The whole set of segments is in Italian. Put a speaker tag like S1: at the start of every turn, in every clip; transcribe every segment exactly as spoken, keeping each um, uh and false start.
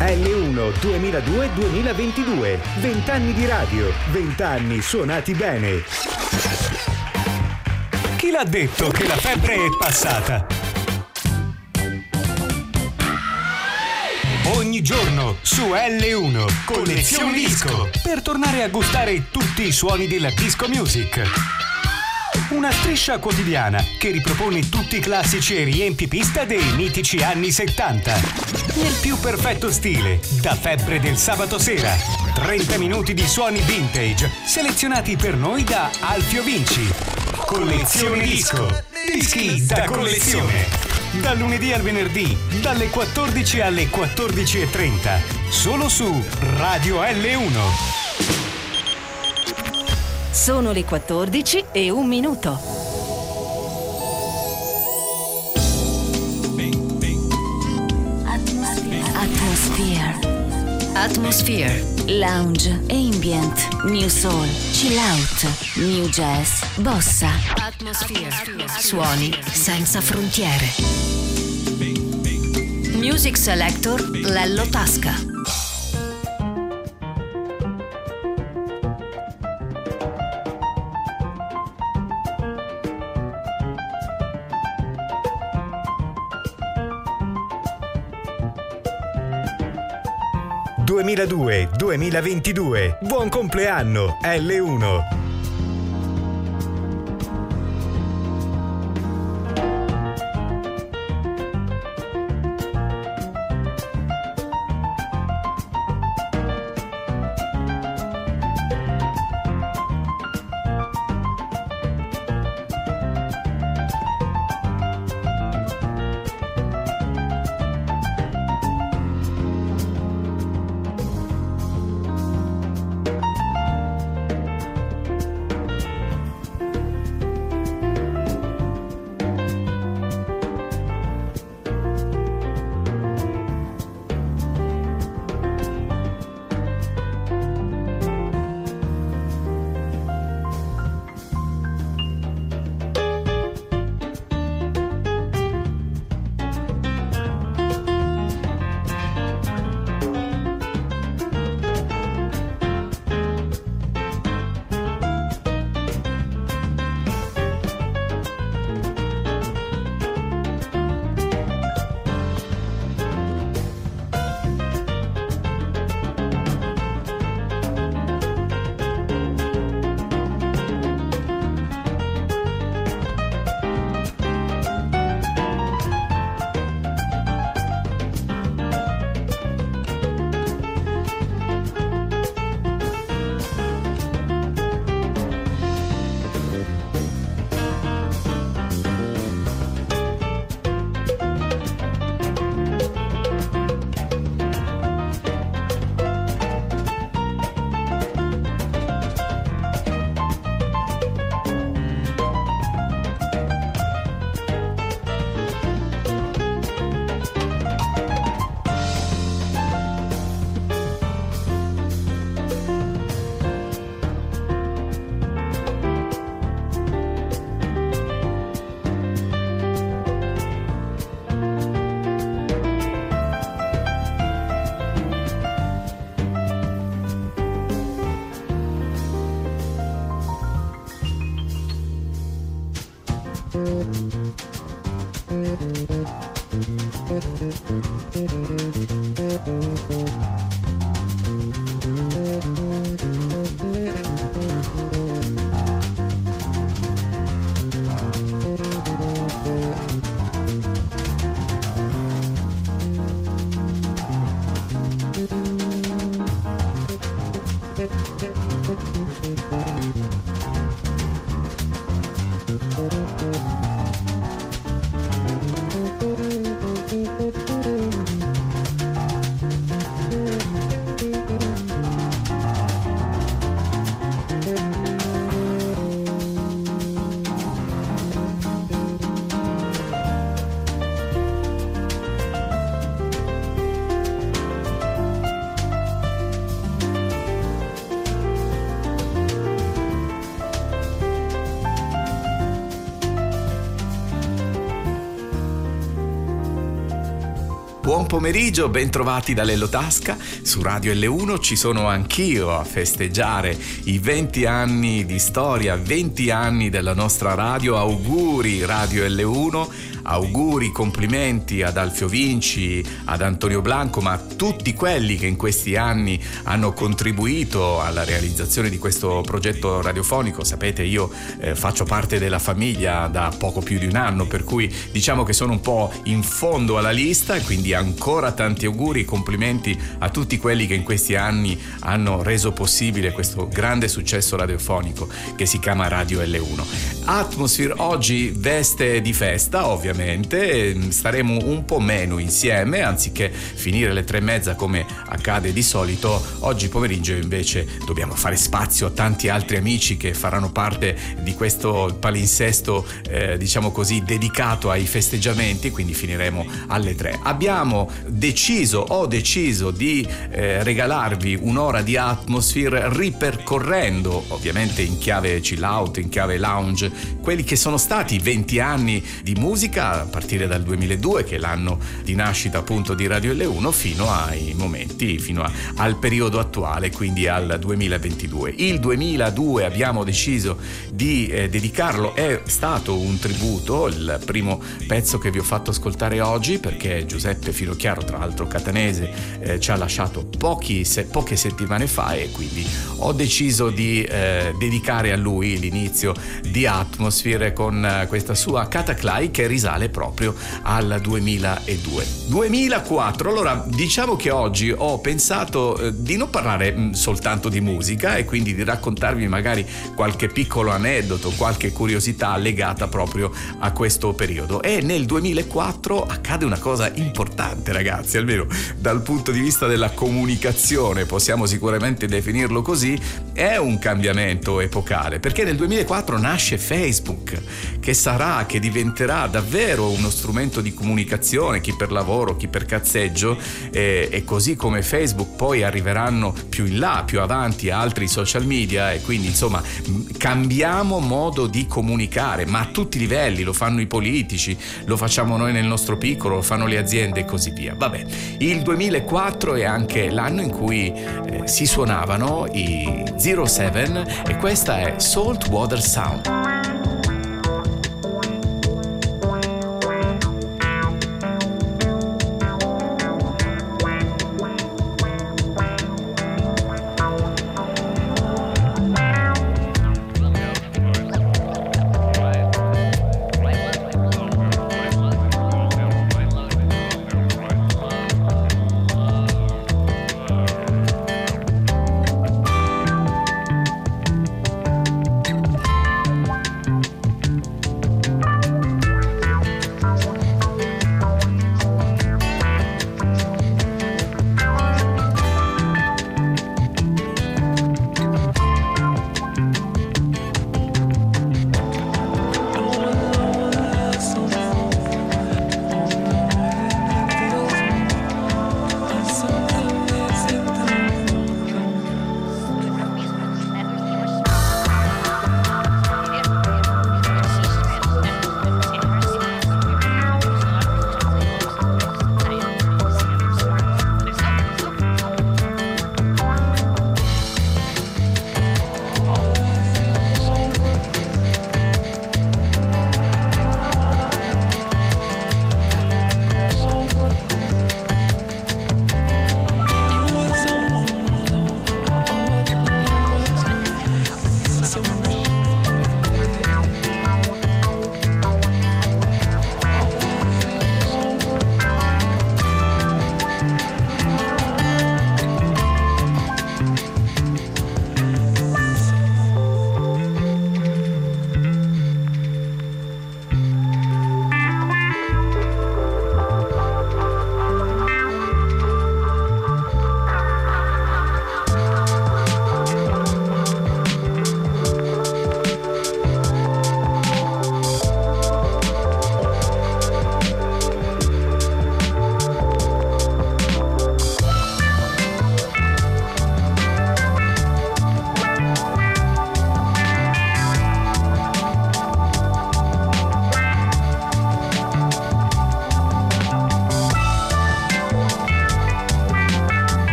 S1: L uno duemiladue duemilaventidue. venti anni di radio, venti anni suonati bene.
S2: Chi l'ha detto che la febbre è passata? Ogni giorno su L uno, collezioni disco, per tornare a gustare tutti i suoni della disco music. Una striscia quotidiana che ripropone tutti i classici e riempie pista dei mitici anni settanta. Nel più perfetto stile, da febbre del sabato sera. trenta minuti di suoni vintage, selezionati per noi da Alfio Vinci. Collezione disco. Dischi da collezione. Dal lunedì al venerdì, dalle quattordici alle quattordici e trenta. Solo su Radio L uno.
S3: Sono le quattordici e un minuto. Atmosphere. Atmosphere. Lounge, ambient, new soul, chill out, new jazz, bossa. Atmosphere. Suoni senza frontiere. Music Selector Lello Tasca.
S1: duemiladue duemilaventidue. Buon compleanno L uno.
S4: buon pomeriggio, ben trovati da Lello Tasca. Su Radio L uno ci sono anch'io a festeggiare i venti anni di storia, venti anni della nostra radio. Auguri Radio L uno, auguri, complimenti ad Alfio Vinci, ad Antonio Blanco, ma a tutti quelli che in questi anni hanno contribuito alla realizzazione di questo progetto radiofonico. Sapete, io eh, faccio parte della famiglia da poco più di un anno, per cui diciamo che sono un po' in fondo alla lista, e quindi ancora tanti auguri e complimenti a tutti quelli che in questi anni hanno reso possibile questo grande successo radiofonico che si chiama Radio L uno. Atmosphere oggi veste di festa, ovviamente, staremo un po' meno insieme, anziché finire alle tre e mezza come accade di solito. Oggi pomeriggio invece dobbiamo fare spazio a tanti altri amici che faranno parte di questo palinsesto, eh, diciamo così, dedicato ai festeggiamenti, quindi finiremo alle tre. Abbiamo deciso, ho deciso di eh, regalarvi un'ora di Atmosphere ripercorrendo, ovviamente in chiave chill out, in chiave lounge, quelli che sono stati venti anni di musica, a partire dal duemiladue, che è l'anno di nascita appunto di Radio L uno, fino ai momenti, fino a, al periodo attuale, quindi al duemilaventidue. Il duemiladue abbiamo deciso di eh, dedicarlo, è stato un tributo, il primo pezzo che vi ho fatto ascoltare oggi, perché Giuseppe Finocchiaro, tra l'altro catanese, eh, ci ha lasciato pochi, se, poche settimane fa, e quindi ho deciso di eh, dedicare a lui l'inizio di Atmosphere con eh, questa sua Cataclysm che risale proprio al duemiladue. duemilaquattro, allora diciamo che oggi ho pensato eh, di non parlare mh, soltanto di musica, e quindi di raccontarvi magari qualche piccolo aneddoto, qualche curiosità legata proprio a questo periodo. E nel duemilaquattro accade una cosa importante, ragazzi, almeno dal punto di vista della comunicazione possiamo sicuramente definirlo così. È un cambiamento epocale, perché nel duemilaquattro nasce Facebook, che sarà, che diventerà davvero uno strumento di comunicazione, chi per lavoro, chi per cazzeggio, e, e così come Facebook poi arriveranno più in là, più avanti altri social media, e quindi insomma cambiamo modo di comunicare, ma a tutti i livelli. Lo fanno i politici, lo facciamo noi nel nostro piccolo, lo fanno le aziende e così via. Vabbè, il duemilaquattro è anche l'anno in cui eh, si suonavano i Zero Seven, e questa è Saltwater Sound.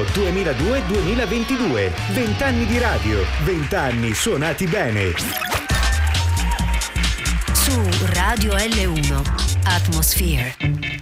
S1: duemiladue duemilaventidue. venti anni di radio, venti anni suonati bene.
S3: Su Radio L uno, Atmosphere.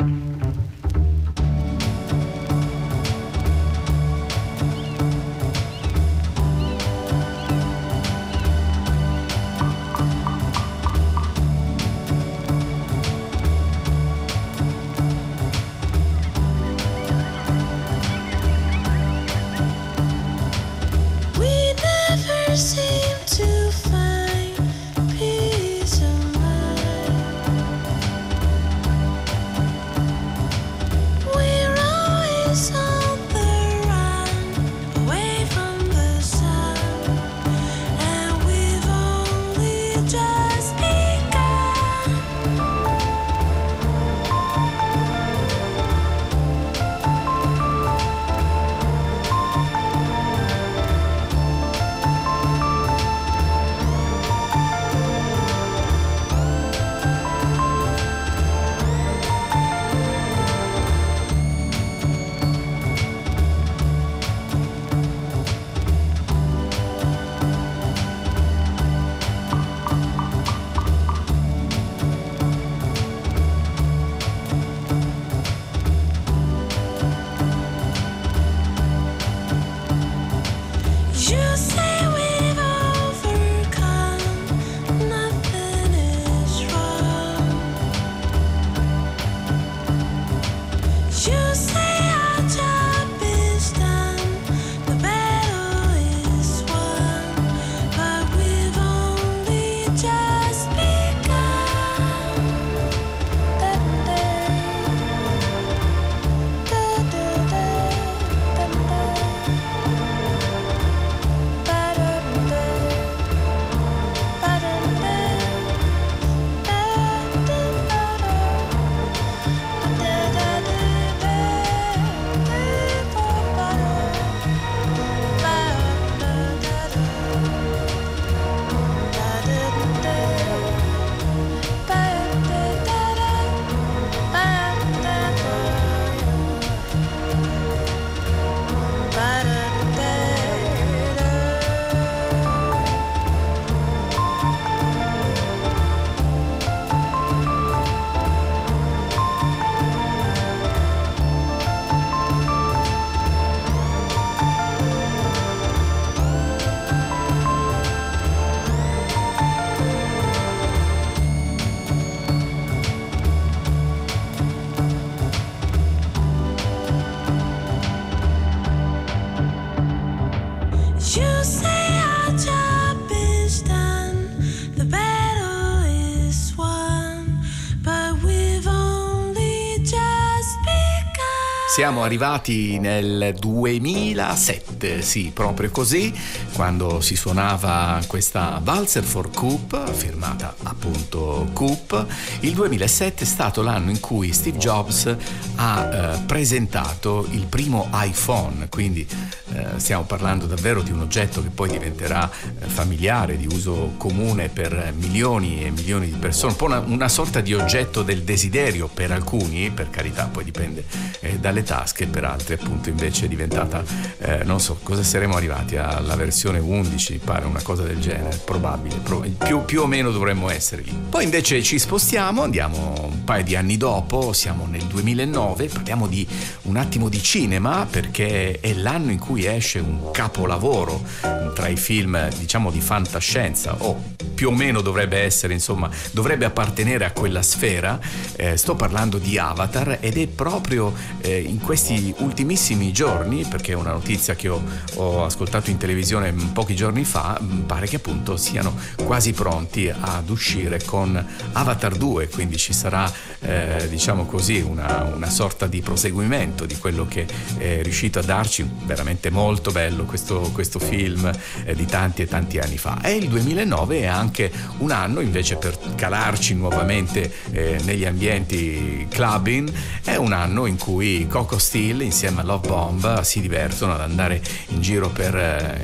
S4: Siamo arrivati nel duemilasette, sì, proprio così, quando si suonava questa Walzer for Coop, firmata appunto Coop. Il duemilasette è stato l'anno in cui Steve Jobs ha eh, presentato il primo iPhone, quindi eh, stiamo parlando davvero di un oggetto che poi diventerà eh, familiare, di uso comune per milioni e milioni di persone, un po' una, una sorta di oggetto del desiderio per alcuni, per carità, poi dipende eh, dalle tasche, per altri appunto invece è diventata eh, non so cosa saremo arrivati alla versione undici, pare una cosa del genere, probabile, pro- più, più o meno dovremmo essere lì. Poi invece ci spostiamo, andiamo un paio di anni dopo, siamo nel duemilanove, parliamo di un attimo di cinema perché è l'anno in cui esce un capolavoro tra i film diciamo di fantascienza, o più o meno dovrebbe essere, insomma dovrebbe appartenere a quella sfera. Eh, sto parlando di Avatar ed è proprio eh, in questi ultimissimi giorni, perché è una notizia che ho, ho ascoltato in televisione pochi giorni fa, pare che appunto siano quasi pronti ad uscire con Avatar due, quindi ci sarà eh, diciamo così una, una sorta di proseguimento di quello che è riuscito a darci, veramente molto bello questo, questo film eh, di tanti e tanti anni fa. E il duemilanove è anche un anno invece per calarci nuovamente eh, negli ambienti clubbing, è un anno in cui Coco Steele insieme a Love Bomb si divertono ad andare in giro per eh, i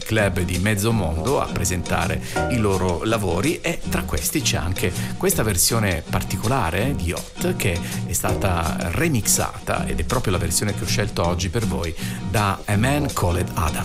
S4: club di Mezzo Mondo a presentare i loro lavori, e tra questi c'è anche questa versione particolare di Hot che è stata remixata, ed è proprio la versione che ho scelto oggi per voi, da A Man Called Adam.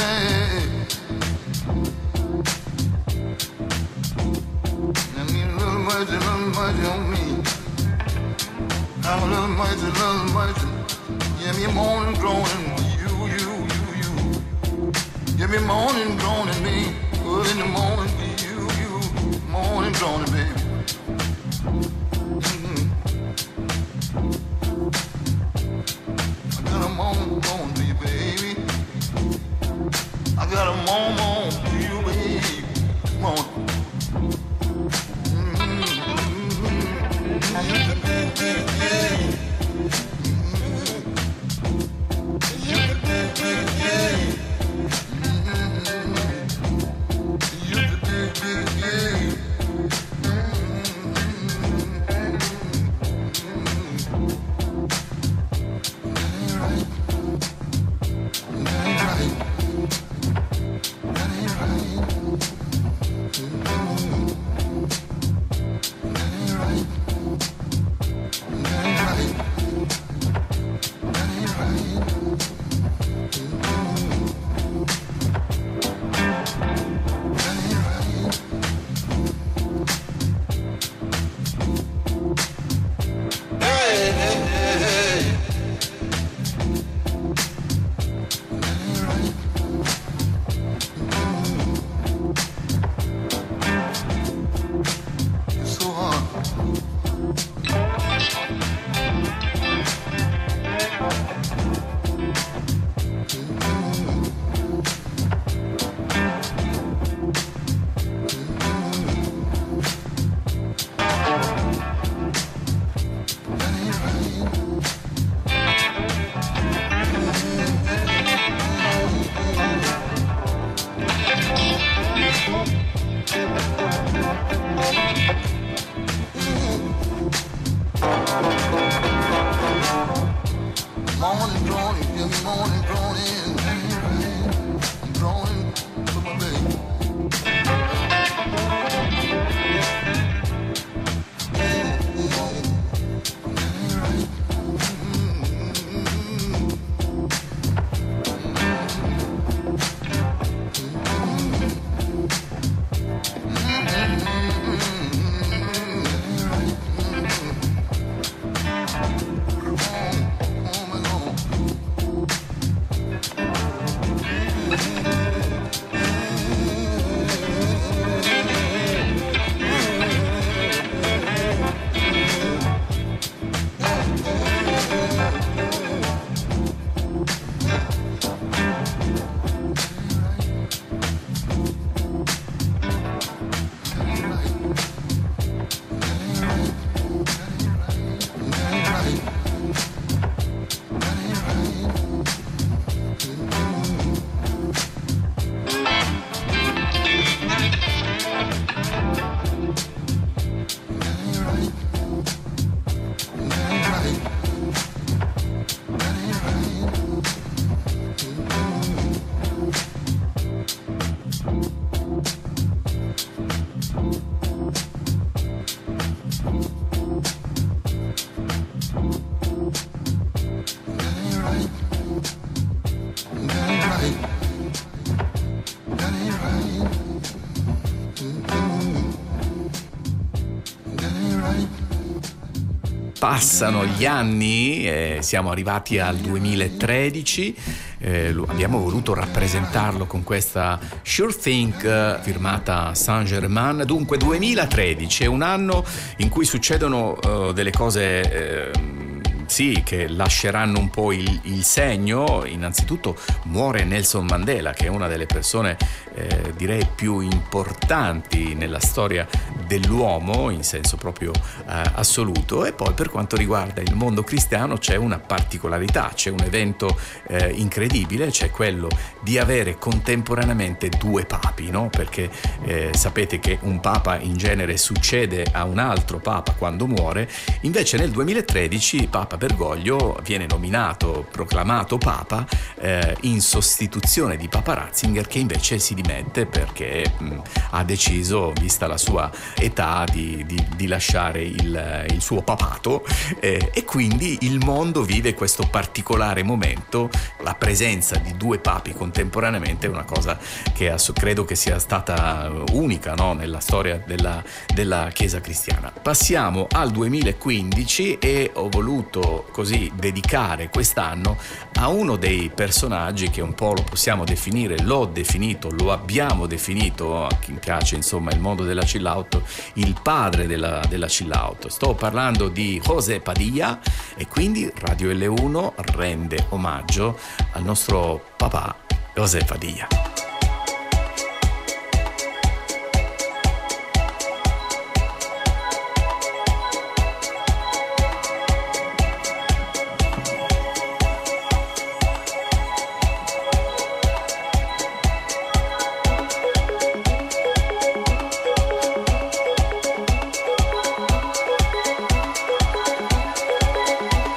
S4: Passano gli anni, eh, siamo arrivati al duemilatredici, eh, lo, abbiamo voluto rappresentarlo con questa Sure Thing eh, firmata Saint Germain. Dunque duemilatredici è un anno in cui succedono eh, delle cose eh, sì, che lasceranno un po' il, il segno. Innanzitutto muore Nelson Mandela, che è una delle persone eh, direi più importanti nella storia dell'uomo in senso proprio eh, assoluto. E poi per quanto riguarda il mondo cristiano c'è una particolarità, c'è un evento eh, incredibile, c'è quello di avere contemporaneamente due papi, no? Perché eh, sapete che un papa in genere succede a un altro papa quando muore. Invece nel duemilatredici Papa Bergoglio viene nominato, proclamato papa eh, in sostituzione di Papa Ratzinger, che invece si dimette perché mh, ha deciso, vista la sua età di, di, di lasciare il, il suo papato, eh, e quindi il mondo vive questo particolare momento. La presenza di due papi contemporaneamente è una cosa che credo che sia stata unica, no? Nella storia della, della Chiesa cristiana. Passiamo al duemilaquindici e ho voluto così dedicare quest'anno a uno dei personaggi che un po' lo possiamo definire, l'ho definito, lo abbiamo definito, a chi piace insomma il mondo della chill out, il padre della, della chill out. Sto parlando di José Padilla e quindi Radio L uno rende omaggio al nostro papà José Padilla.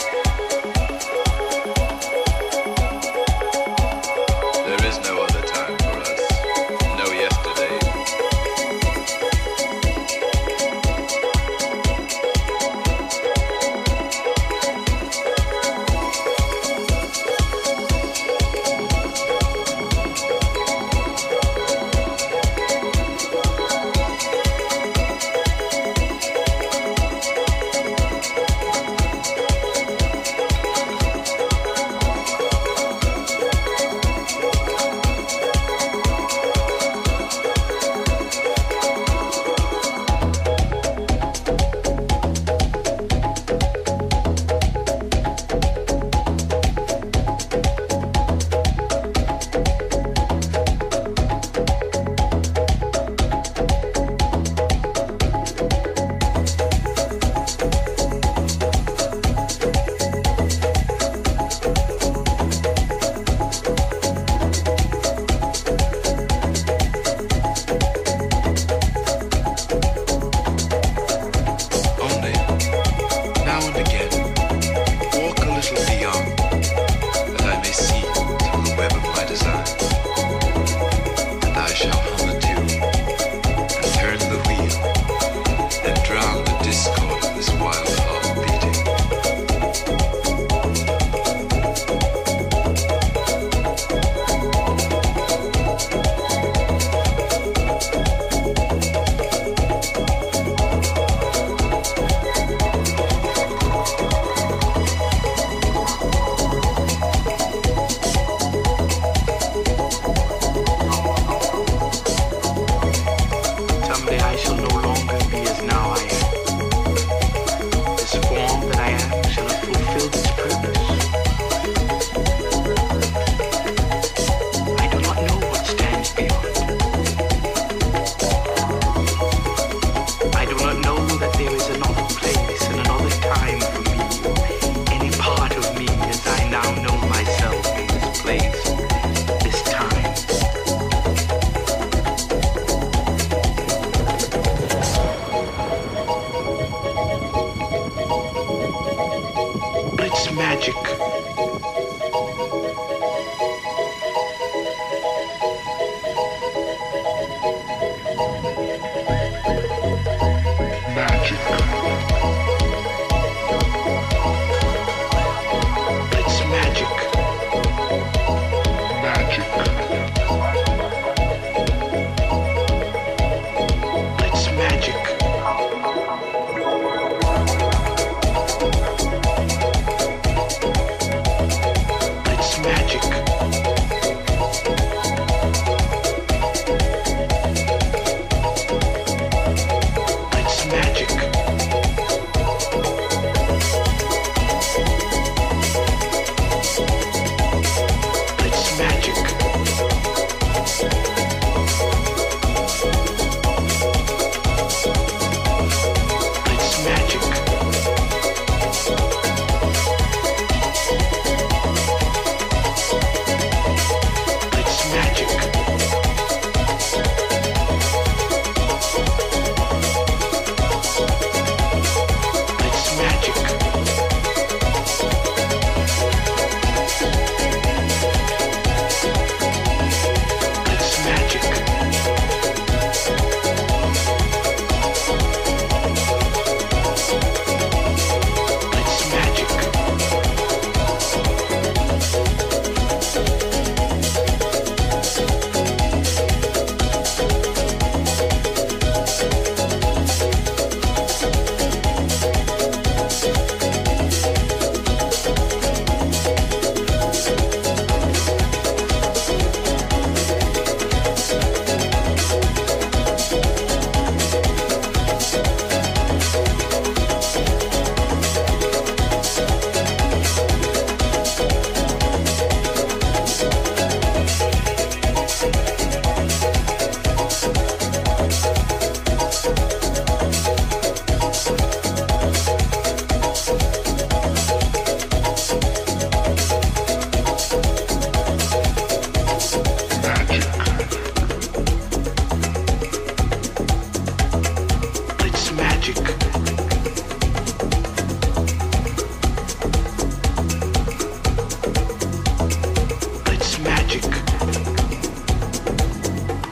S5: There is no other time.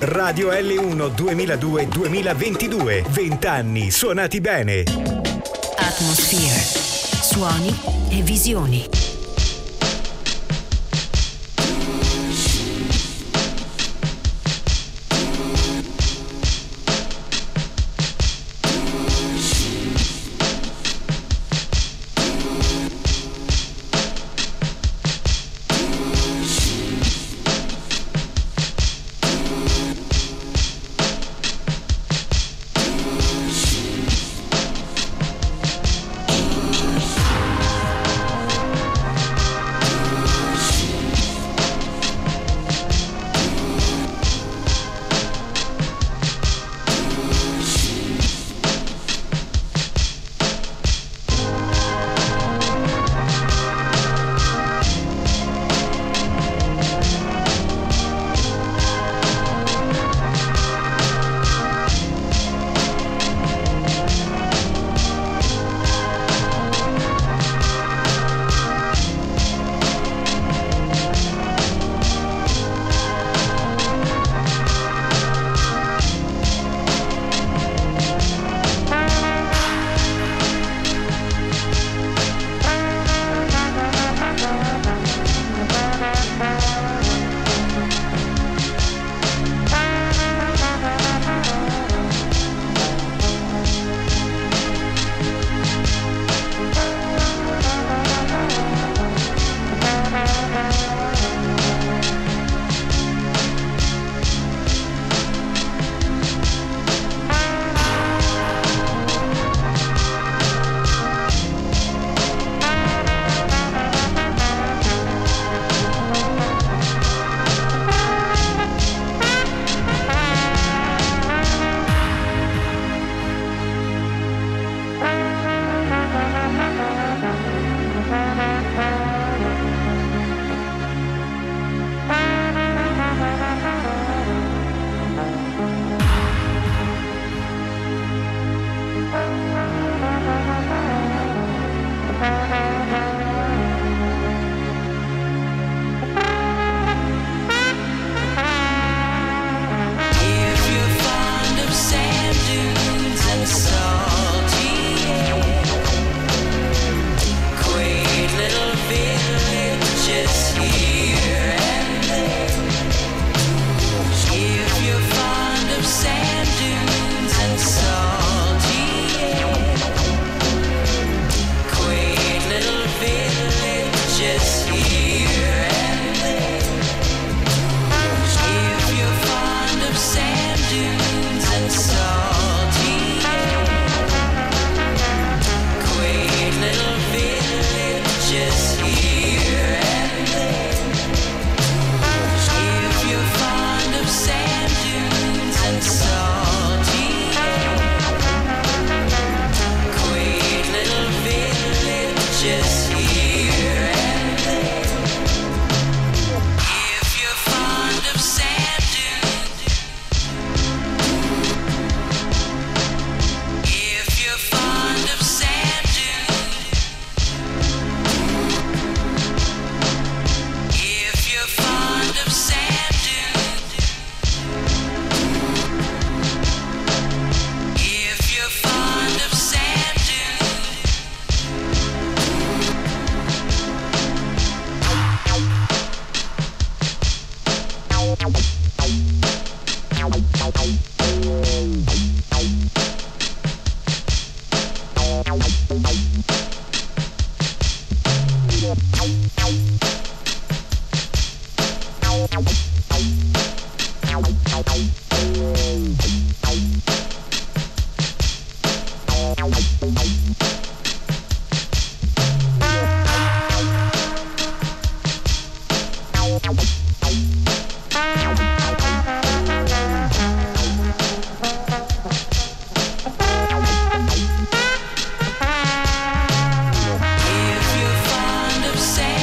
S1: Radio L uno duemiladue duemilaventidue. venti anni suonati bene.
S3: Atmosphere. Suoni e visioni.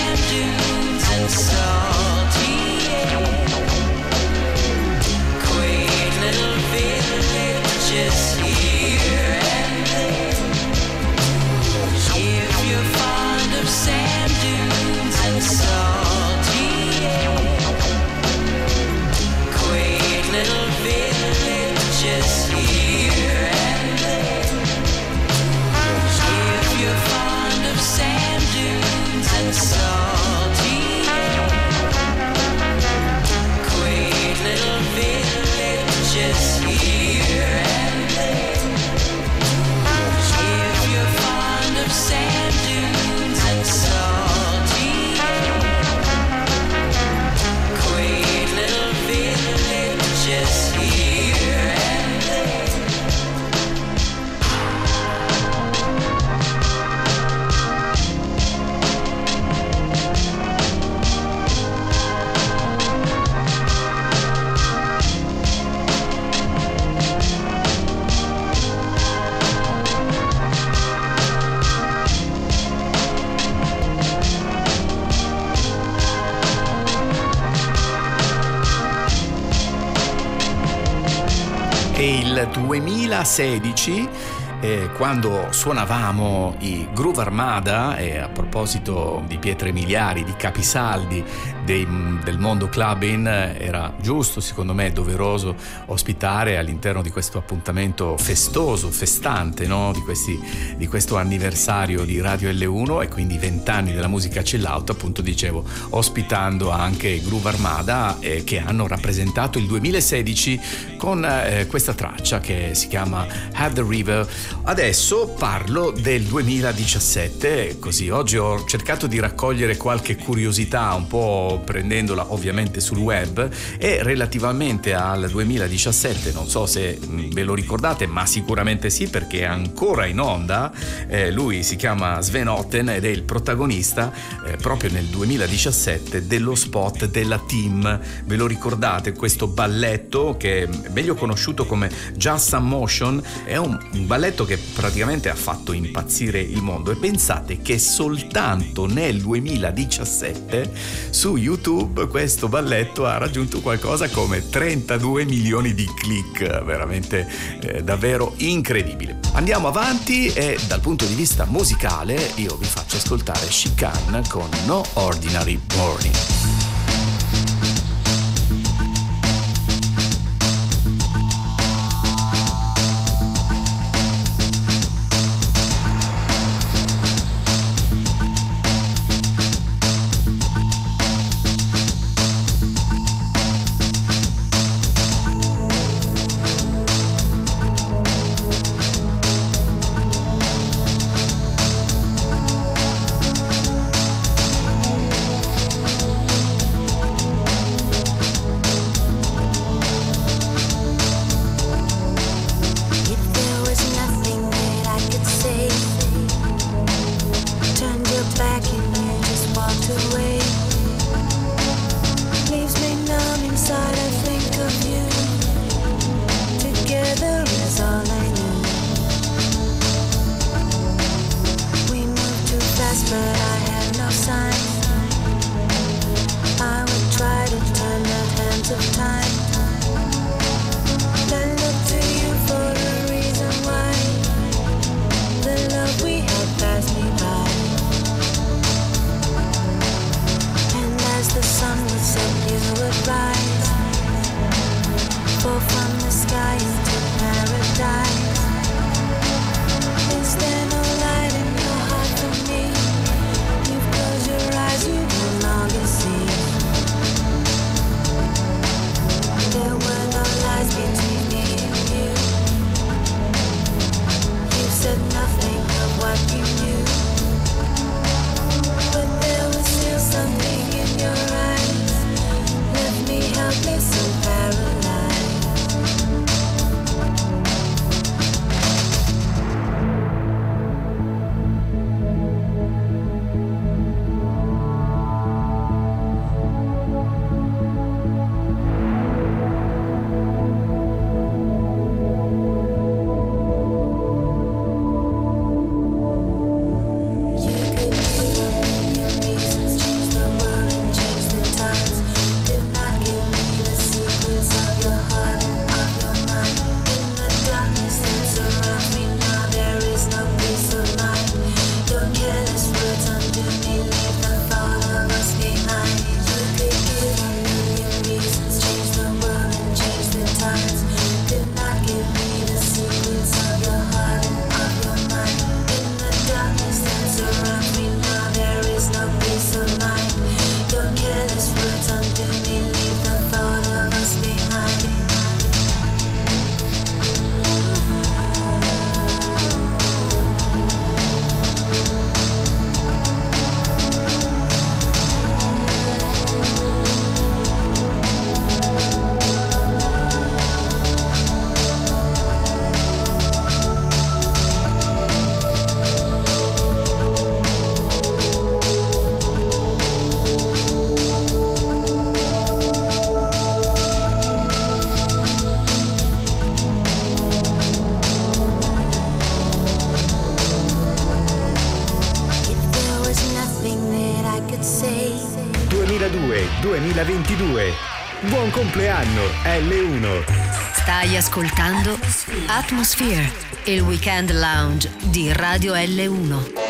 S5: Queen here and there. If you're fond of sand dunes and salty air, quaint little villages here and there. If you're fond of sand dunes and salty air, quaint little villages here and there.
S4: È il duemilasedici, eh, quando suonavamo i Groove Armada, e a proposito di pietre miliari, di capisaldi dei, del mondo clubbing, era giusto, secondo me, doveroso ospitare all'interno di questo appuntamento festoso, festante, no? di, questi, di questo anniversario di Radio L uno, e quindi vent'anni della musica chill out, appunto dicevo, ospitando anche i Groove Armada, eh, che hanno rappresentato il duemilasedici con eh, questa traccia che si chiama At the River. Adesso parlo del duemiladiciassette, così oggi ho cercato di raccogliere qualche curiosità, un po' prendendola ovviamente sul web, e relativamente al duemiladiciassette, non so se ve lo ricordate, ma sicuramente sì, perché è ancora in onda. Eh, lui si chiama Sven Otten ed è il protagonista eh, proprio nel duemiladiciassette dello spot della Team. Ve lo ricordate? Questo balletto che è meglio conosciuto come Just Some Motion, è un, un balletto che praticamente ha fatto impazzire il mondo, e pensate che soltanto nel duemiladiciassette su YouTube questo balletto ha raggiunto qualcosa come trentadue milioni di click, veramente eh, davvero incredibile. Andiamo avanti, e dal punto di vista musicale io vi faccio ascoltare Chicane con No Ordinary Morning.
S6: Something in your eyes left me helpless and paralyzed.
S1: duemilaventidue. Buon compleanno L uno.
S3: Stai ascoltando Atmosphere, il weekend lounge di Radio L uno.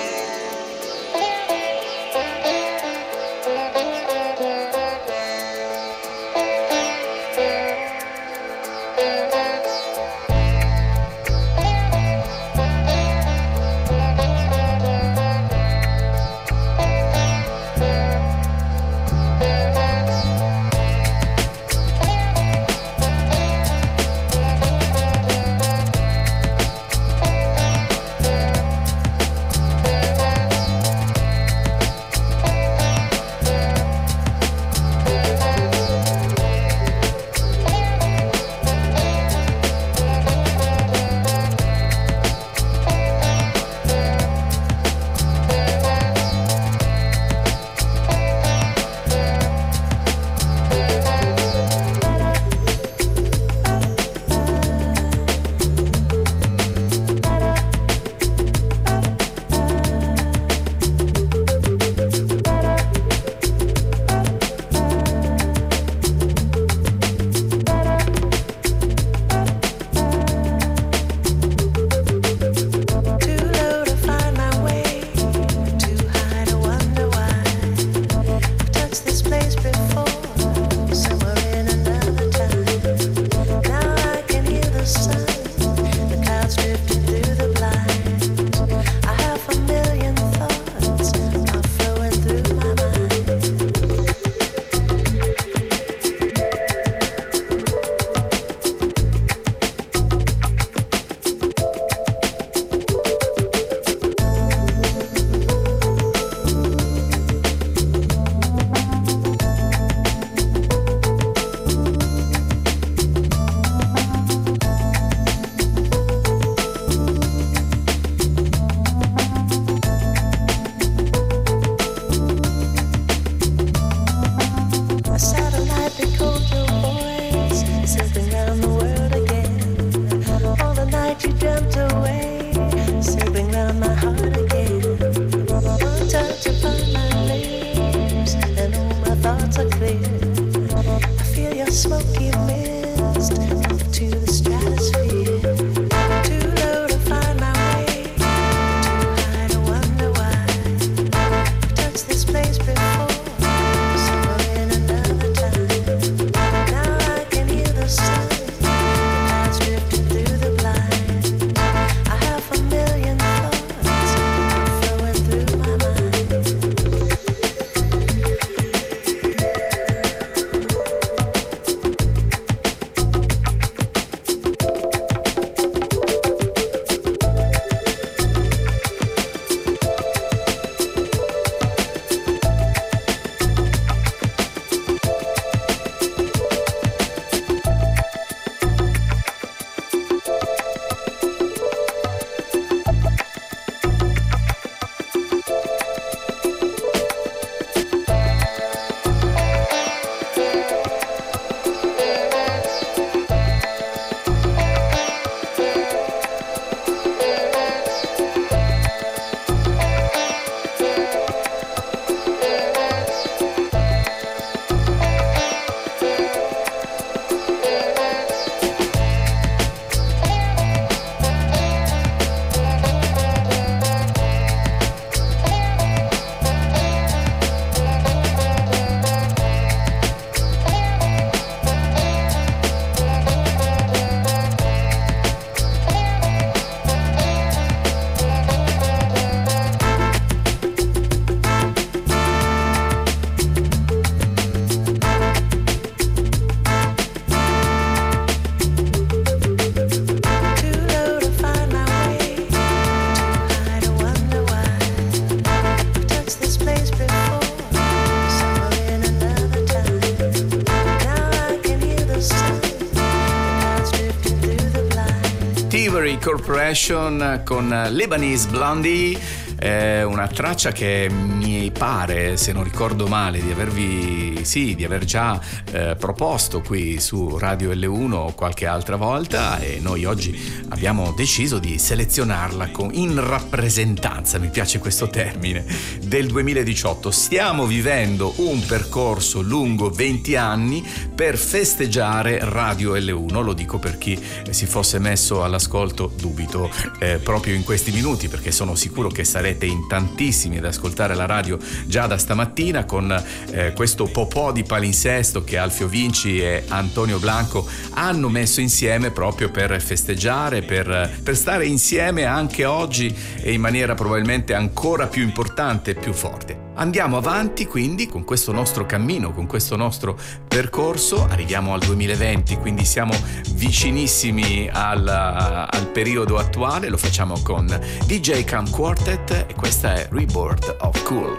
S4: Corporation con Lebanese Blondie, eh, una traccia che mi mi pare, se non ricordo male, di avervi sì, di aver già eh, proposto qui su Radio L uno qualche altra volta, e noi oggi abbiamo deciso di selezionarla con, in rappresentanza, mi piace questo termine, del duemiladiciotto. Stiamo vivendo un percorso lungo venti anni per festeggiare Radio L uno, lo dico per chi si fosse messo all'ascolto, dubito eh, proprio in questi minuti, perché sono sicuro che sarete in tantissimi ad ascoltare la radio già da stamattina con eh, questo popò di palinsesto che Alfio Vinci e Antonio Blanco hanno messo insieme proprio per festeggiare, per, per stare insieme anche oggi e in maniera probabilmente ancora più importante e più forte. Andiamo avanti quindi con questo nostro cammino, con questo nostro percorso, arriviamo al duemilaventi, quindi siamo vicinissimi al, al periodo attuale, lo facciamo con D J Cam Quartet e questa è Rebirth of Cool.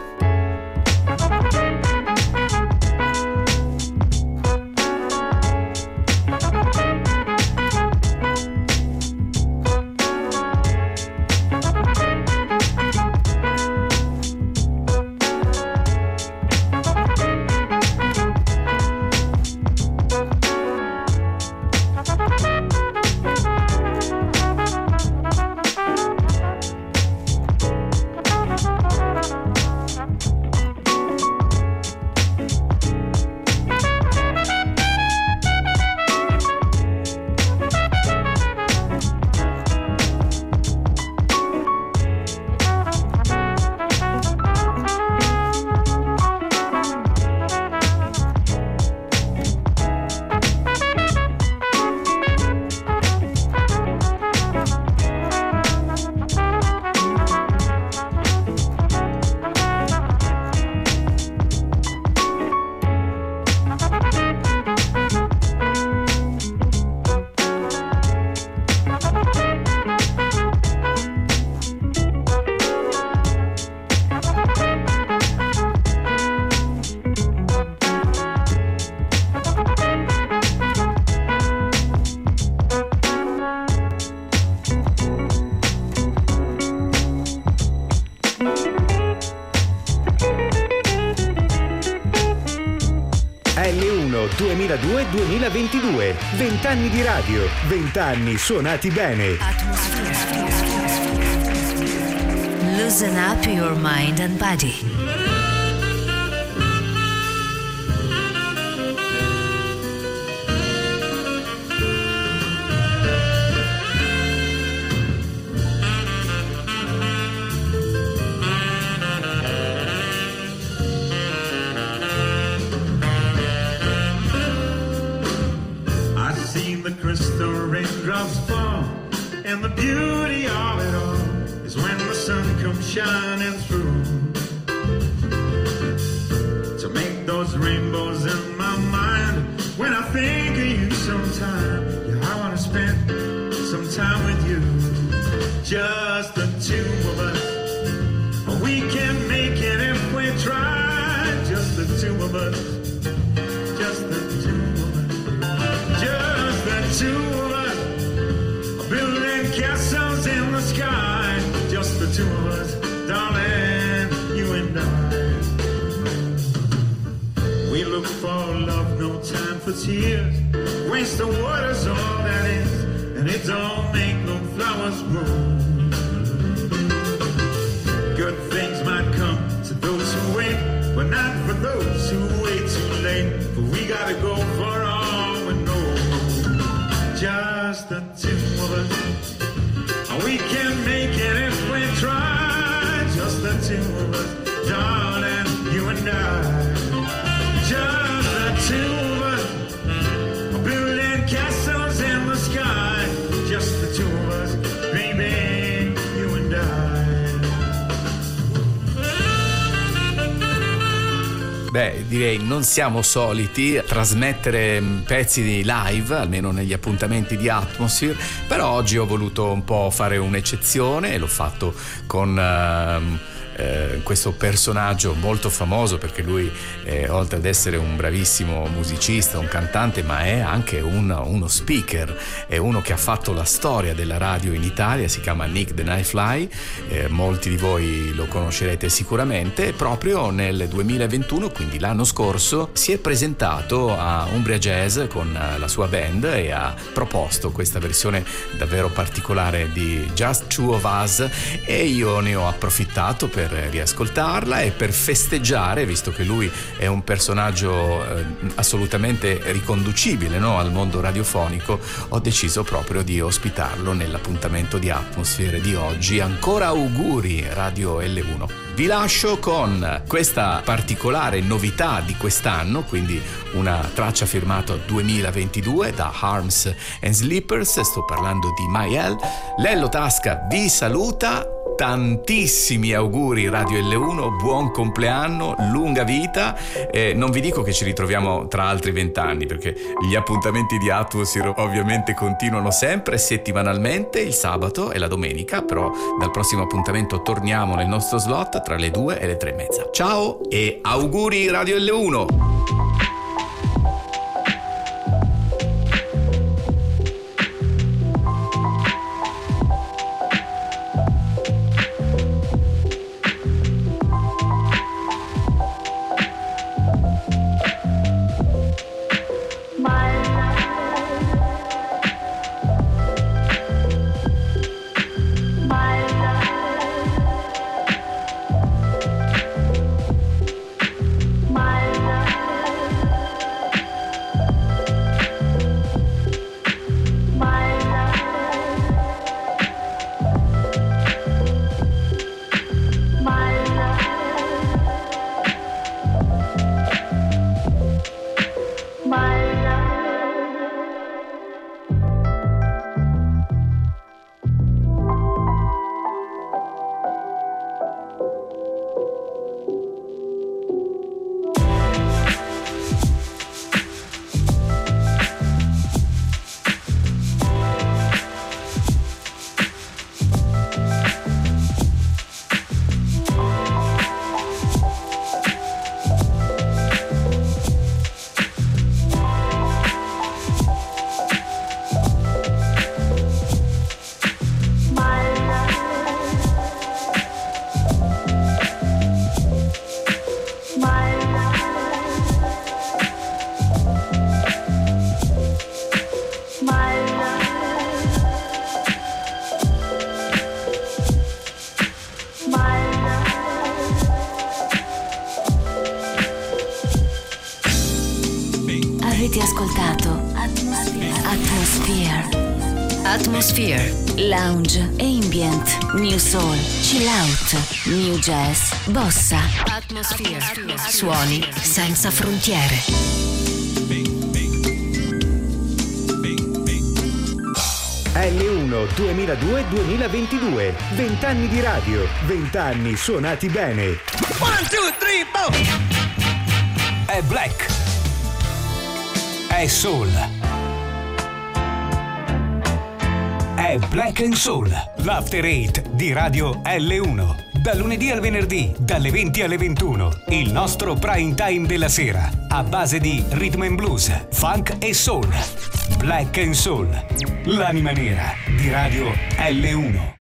S1: duemiladue duemilaventidue, venti anni di radio, venti anni suonati bene.
S3: Loosen up your mind and body.
S6: Crystal raindrops fall, and the beauty of it all is when the sun comes shining through to make those rainbows in my mind. When I think of you sometime, yeah, I want to spend some time with you. Just the two of us, we can make it if we try. Just the two of us, just the two of us, just the two of us, building castles in the sky. Just the two of us, darling, you and I. We look for love, no time for tears. Waste of water's all that is, and it don't make no flowers grow. Good things might come to those who wait, but not for those who wait too late. For we gotta go for all we know. Just the two of us, we can make it if we try. Just the two of us, darling, you and I. Just the two of us, building castles in the sky. Just the two of us, baby, you and I.
S4: Beh, direi non siamo soliti a trasmettere pezzi di live, almeno negli appuntamenti di Atmosphere, però oggi ho voluto un po' fare un'eccezione e l'ho fatto con uh, eh, questo personaggio molto famoso, perché lui eh, oltre ad essere un bravissimo musicista, un cantante, ma è anche un, uno speaker, è uno che ha fatto la storia della radio in Italia. Si chiama Nick the Nightfly, eh, molti di voi lo conoscerete sicuramente. Proprio nel duemilaventuno, quindi l'anno scorso, si è presentato a Umbria Jazz con la sua band e ha proposto questa versione davvero particolare di Just Two of Us, e io ne ho approfittato per riascoltarla e per festeggiare, visto che lui è un personaggio eh, assolutamente riconducibile, no, al mondo radiofonico. Ho deciso proprio di ospitarlo nell'appuntamento di Atmosphere di oggi. Ancora auguri Radio L uno. Vi lascio con questa particolare novità di quest'anno, quindi una traccia firmata duemilaventidue da Arms and Slippers. Sto parlando di Mael. Lello Tasca vi saluta. Tantissimi auguri Radio L uno, buon compleanno, lunga vita. Eh, non vi dico che ci ritroviamo tra altri vent'anni, perché gli appuntamenti di Atmosphere ovviamente continuano sempre settimanalmente, il sabato e la domenica, però dal prossimo appuntamento torniamo nel nostro slot tra le due e le tre e mezza. Ciao e auguri Radio L uno!
S3: Avete ascoltato Atmosphere. Atmosphere, lounge, ambient, new soul, chill out, new jazz, bossa. Atmosphere, suoni senza frontiere.
S1: L uno duemiladue duemilaventidue, venti anni di radio, venti anni suonati bene.
S2: One, two, three, four. È black. È soul. È Black and Soul, l'After Eight di Radio L uno. Da lunedì al venerdì, dalle venti alle ventuno, il nostro prime time della sera, a base di rhythm and blues, funk e soul. Black and Soul, l'anima nera di Radio L uno.